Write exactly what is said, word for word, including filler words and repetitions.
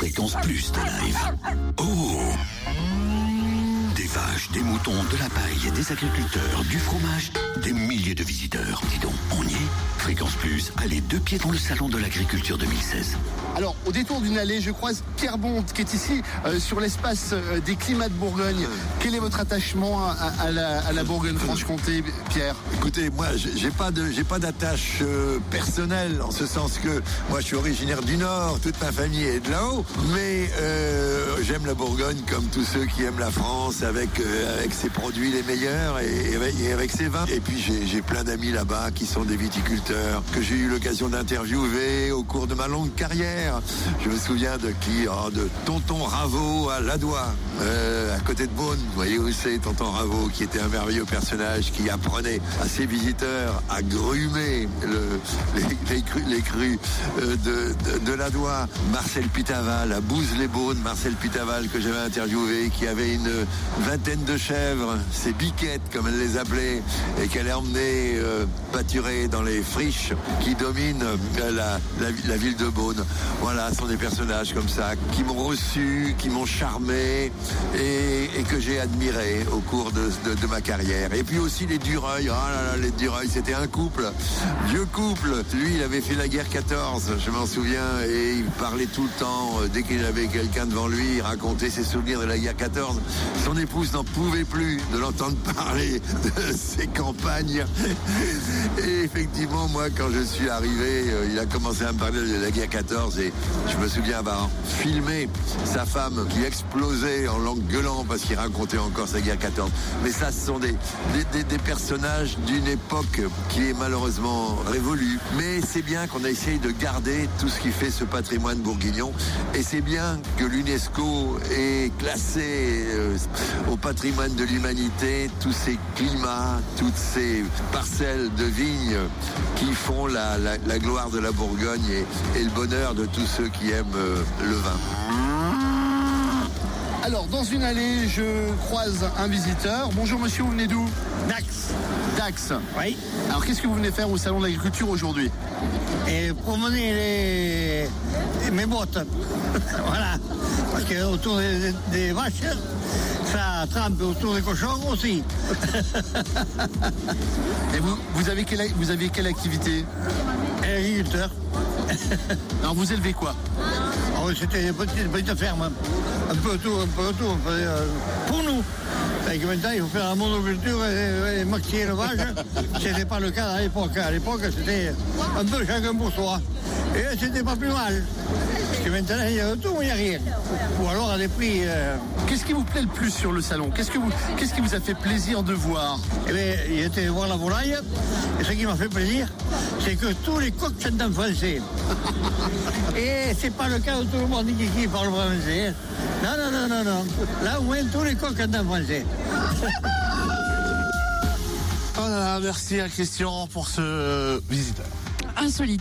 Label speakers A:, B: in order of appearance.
A: Fréquence Plus de live. Oh! Des vaches, des moutons, de la paille, des agriculteurs, du fromage, des milliers de visiteurs. Dis donc, on y est. Fréquence Plus a les deux pieds dans le salon de l'agriculture deux mille seize.
B: Alors, au détour d'une allée, je croise Pierre Bonte qui est ici euh, sur l'espace euh, des climats de Bourgogne. Quel est votre attachement à, à la, à la Bourgogne-Franche-Comté, Pierre?
C: Écoutez, moi, j'ai pas de, j'ai pas d'attache euh, personnelle, en ce sens que moi, je suis originaire du Nord, toute ma famille est de là-haut, mais euh, j'aime la Bourgogne comme tous ceux qui aiment la France, avec euh, avec ses produits les meilleurs et, et, avec, et avec ses vins. Et puis j'ai, j'ai plein d'amis là-bas qui sont des viticulteurs que j'ai eu l'occasion d'interviewer au cours de ma longue carrière. Je me souviens de qui, oh, de Tonton Raveau à Ladois, euh, à côté de Beaune. Vous voyez où c'est, Tonton Raveau, qui était un merveilleux personnage qui apprenait à ses visiteurs à grumer le, les, les crus, les crus euh, de, de, de Ladois. Marcel Pitaval à Bouze-les-Beaunes, Marcel Pitaval que j'avais interviewé, qui avait une vingtaine de chèvres, ses biquettes comme elle les appelait, et qu'elle a emmené euh, pâturer dans les friches qui dominent euh, la, la, la ville de Beaune. Voilà, ce sont des personnages comme ça qui m'ont reçu, qui m'ont charmé et, et que j'ai admiré au cours de, de, de ma carrière. Et puis aussi les Dureuil. Ah là là, les Dureuil, c'était un couple, vieux couple. Lui, il avait fait la guerre quatorze, je m'en souviens, et il parlait tout le temps. Dès qu'il avait quelqu'un devant lui, il racontait ses souvenirs de la guerre quatorze. Son épouse n'en pouvait plus de l'entendre parler de ses campagnes. Et effectivement, moi, quand je suis arrivé, il a commencé à me parler de la guerre quatorze. Et je me souviens avoir filmé sa femme qui explosait en l'engueulant parce qu'il racontait encore sa guerre quatorze. Mais ça, ce sont des, des, des, des personnages d'une époque qui est malheureusement révolue. Mais c'est bien qu'on a essayé de garder tout ce qui fait ce patrimoine bourguignon. Et c'est bien que l'UNESCO ait classé euh, au patrimoine de l'humanité tous ces climats, toutes ces parcelles de vignes qui font la, la, la gloire de la Bourgogne et, et le bonheur de tous ceux qui aiment euh, le vin.
B: Alors, dans une allée, je croise un visiteur. Bonjour monsieur, vous venez d'où?
D: Dax.
B: Dax.
D: Oui.
B: Alors, qu'est-ce que vous venez faire au Salon de l'Agriculture aujourd'hui?
D: Et promener les... les- mes bottes. Voilà. Parce que autour des, des vaches, ça trempe, autour des cochons aussi.
B: Et vous, vous, avez quelle, vous avez quelle activité?
D: Agriculteur.
B: Alors, vous élevez quoi?
D: Ah oui, c'était une petite, une petite ferme. Un peu tout, un peu tout. On faisait, euh, pour nous. Et que maintenant, il faut faire la monoculture et, et maquiller l'élevage. C'était pas le cas à l'époque. À l'époque, c'était un peu chacun pour soi. Et c'était pas plus mal. Parce que maintenant, il y a tout, il n'y a rien. Ou alors à des prix... Euh...
B: Qu'est-ce qui vous plaît le plus sur le salon? Qu'est-ce que vous, qu'est-ce qui vous a fait plaisir de voir?
D: Eh bien, il était voir la volaille. Et ce qui m'a fait plaisir, c'est que tous les coqs chantent en français. Et c'est pas le cas où tout le monde dit qui parle français. Non, non, non, non, non. Là, au moins, tous les coqs chantent en français.
B: Oh là là, merci à Christian pour ce visiteur.
E: Insolite.